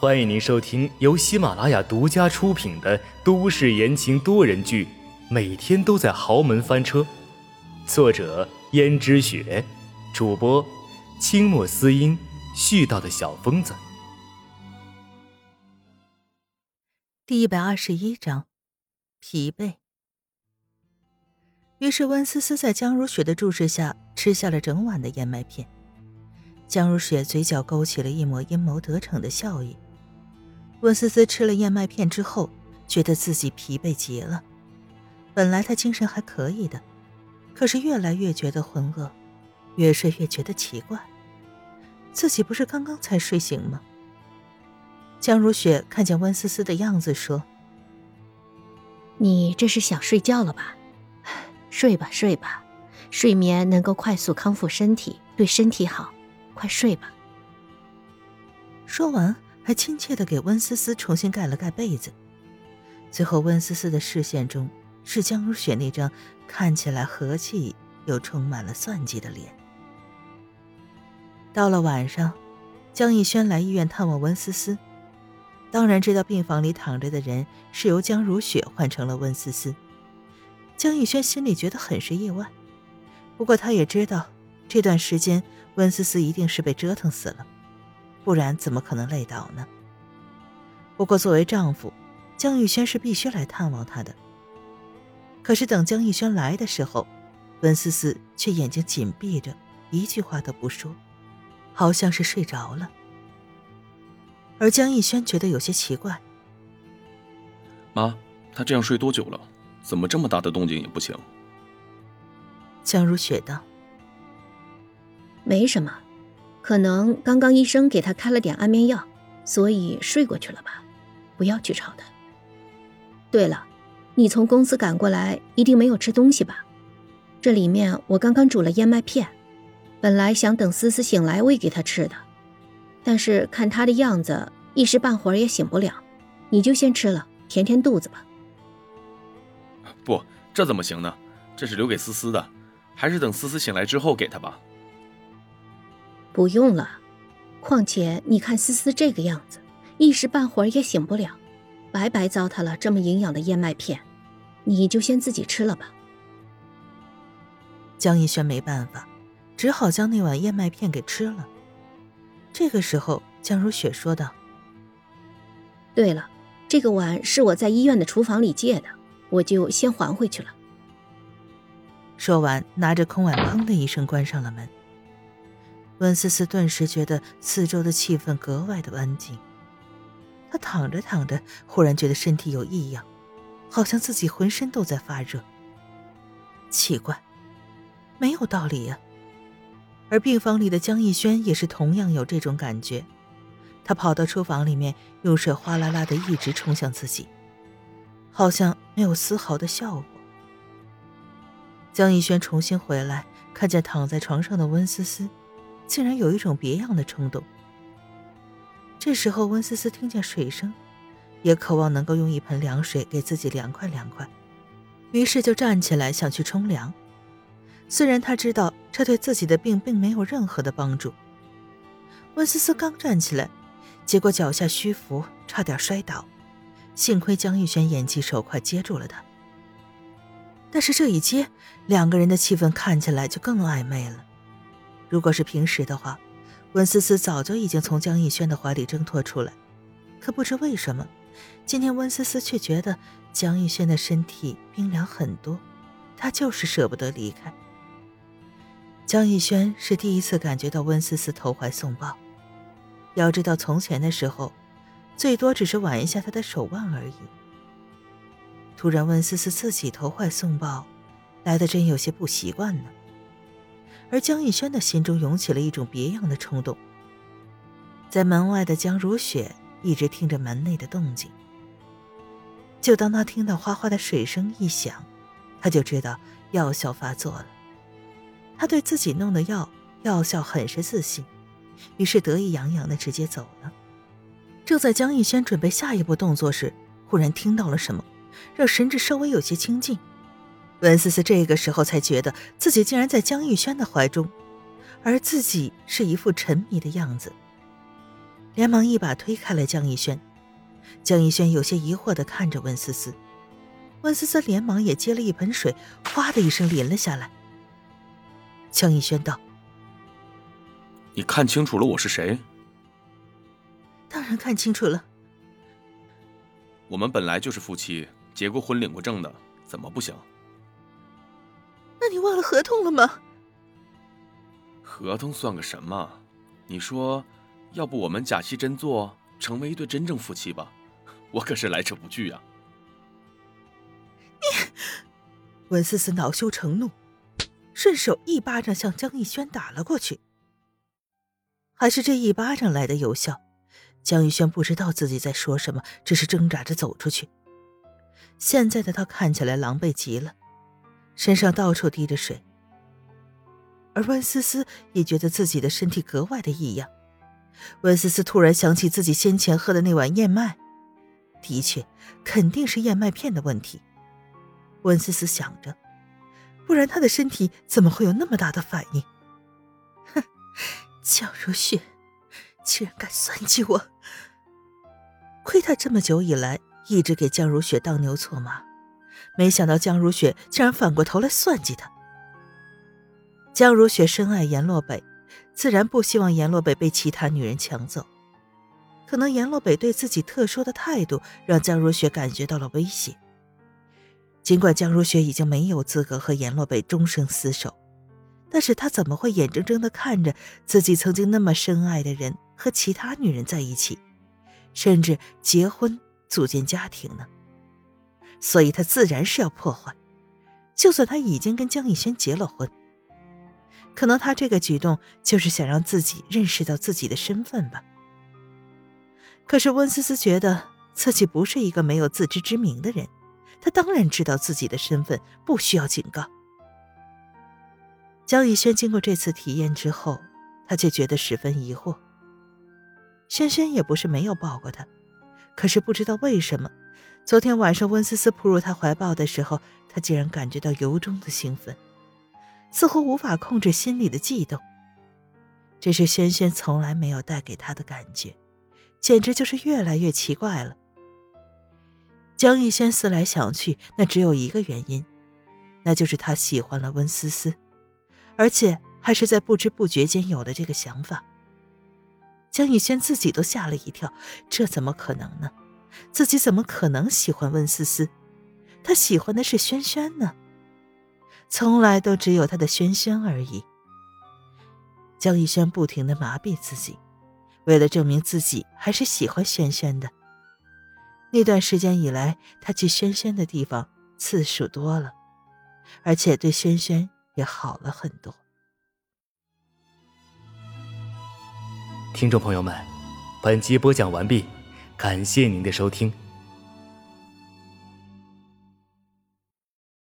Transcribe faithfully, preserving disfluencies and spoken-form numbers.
欢迎您收听由喜马拉雅独家出品的都市言情多人剧《每天都在豪门翻车》，作者胭脂雪，主播清墨思音，絮叨的小疯子。 第一百二十一章，疲惫。于是温思思在江如雪的注视下吃下了整碗的燕麦片。江如雪嘴角勾起了一抹阴谋得逞的笑意。温思思吃了燕麦片之后，觉得自己疲惫极了。本来她精神还可以的，可是越来越觉得浑噩，越睡越觉得奇怪。自己不是刚刚才睡醒吗？江如雪看见温思思的样子说：“ 你这是想睡觉了吧？睡吧睡吧，睡眠能够快速康复身体，对身体好，快睡吧。” 说完还亲切地给温思思重新盖了盖被子。最后温思思的视线中是江如雪那张看起来和气又充满了算计的脸。到了晚上，江逸轩来医院探望温思思，当然知道病房里躺着的人是由江如雪换成了温思思。江逸轩心里觉得很是意外，不过他也知道这段时间温思思一定是被折腾死了，不然怎么可能累倒呢？不过作为丈夫，江逸轩是必须来探望她的。可是等江逸轩来的时候，温思思却眼睛紧闭着，一句话都不说，好像是睡着了。而江逸轩觉得有些奇怪：“ 妈，他这样睡多久了？怎么这么大的动静也不醒？” 江如雪道：“ 没什么，可能刚刚医生给他开了点安眠药，所以睡过去了吧，不要去吵他。对了，你从公司赶过来一定没有吃东西吧？这里面我刚刚煮了燕麦片，本来想等思思醒来喂给她吃的，但是看她的样子一时半会儿也醒不了，你就先吃了，填填肚子吧。”“ 不，这怎么行呢？这是留给思思的，还是等思思醒来之后给她吧。”“ 不用了，况且你看思思这个样子，一时半会儿也醒不了，白白糟蹋了这么营养的燕麦片，你就先自己吃了吧。” 江逸轩没办法，只好将那碗燕麦片给吃了。这个时候江如雪说道：“ 对了，这个碗是我在医院的厨房里借的，我就先还回去了。” 说完拿着空碗砰的一声关上了门。温思思顿时觉得四周的气氛格外的安静。她躺着躺着，忽然觉得身体有异样，好像自己浑身都在发热。奇怪，没有道理呀。而病房里的江逸轩也是同样有这种感觉，他跑到厨房里面，用水哗啦啦的一直冲向自己，好像没有丝毫的效果。江逸轩重新回来，看见躺在床上的温思思，竟然有一种别样的冲动。这时候温思思听见水声，也渴望能够用一盆凉水给自己凉快凉快，于是就站起来想去冲凉。虽然他知道这对自己的病并没有任何的帮助。温思思刚站起来，结果脚下虚浮，差点摔倒，幸亏江逸轩眼疾手快接住了他。但是这一接，两个人的气氛看起来就更暧昧了。如果是平时的话，温思思早就已经从江逸轩的怀里挣脱出来，可不知为什么，今天温思思却觉得江逸轩的身体冰凉很多，她就是舍不得离开。江逸轩是第一次感觉到温思思投怀送抱，要知道从前的时候，最多只是挽一下他的手腕而已。突然温思思自己投怀送抱，来得真有些不习惯呢。而江逸轩的心中涌起了一种别样的冲动。在门外的江如雪一直听着门内的动静，就当他听到哗哗的水声一响，他就知道药效发作了。他对自己弄的药药效很是自信，于是得意洋洋地直接走了。正在江逸轩准备下一步动作时，忽然听到了什么，让神志稍微有些清静。温思思这个时候才觉得自己竟然在江逸轩的怀中，而自己是一副沉迷的样子。 连忙一把推开了江逸轩。江逸轩有些疑惑地看着温思思，温思思连忙也接了一盆水，哗的一声淋了下来。江逸轩道： 你看清楚了我是谁？ 当然看清楚了。 我们本来就是夫妻，结过婚领过证的，怎么不行？ 那你忘了合同了吗？ 合同算个什么？你说，要不我们假戏真做，成为一对真正夫妻吧？我可是来者不拒啊！ 你，温思思恼羞成怒，顺手一巴掌向江逸轩打了过去。还是这一巴掌来的有效，江逸轩不知道自己在说什么，只是挣扎着走出去。现在的他看起来狼狈极了，身上到处滴着水，而温思思也觉得自己的身体格外的异样。温思思突然想起自己先前喝的那碗燕麦，的确，肯定是燕麦片的问题。温思思想着，不然她的身体怎么会有那么大的反应？哼，江如雪居然敢算计我！亏他这么久以来一直给江如雪当牛做马，没想到江如雪竟然反过头来算计他。江如雪深爱阎洛北，自然不希望阎洛北被其他女人抢走。可能阎洛北对自己特殊的态度让江如雪感觉到了威胁。尽管江如雪已经没有资格和阎洛北终生厮守，但是她怎么会眼睁睁地看着自己曾经那么深爱的人和其他女人在一起，甚至结婚组建家庭呢？所以她自然是要破坏，就算她已经跟江逸轩结了婚。可能她这个举动就是想让自己认识到自己的身份吧。可是温思思觉得自己不是一个没有自知之明的人，她当然知道自己的身份，不需要警告。江逸轩经过这次体验之后，他却觉得十分疑惑。轩轩也不是没有抱过他，可是不知道为什么，昨天晚上温思思扑入他怀抱的时候，他竟然感觉到由衷的兴奋，似乎无法控制心里的悸动。这是轩轩从来没有带给他的感觉，简直就是越来越奇怪了。江逸轩思来想去，那只有一个原因，那就是他喜欢了温思思，而且还是在不知不觉间有了这个想法。江逸轩自己都吓了一跳，这怎么可能呢？自己怎么可能喜欢温思思？他喜欢的是轩轩呢，从来都只有他的轩轩而已。江逸轩不停地麻痹自己，为了证明自己还是喜欢轩轩的。那段时间以来，他去轩轩的地方次数多了，而且对轩轩也好了很多。 听众朋友们，本集播讲完毕，感谢您的收听。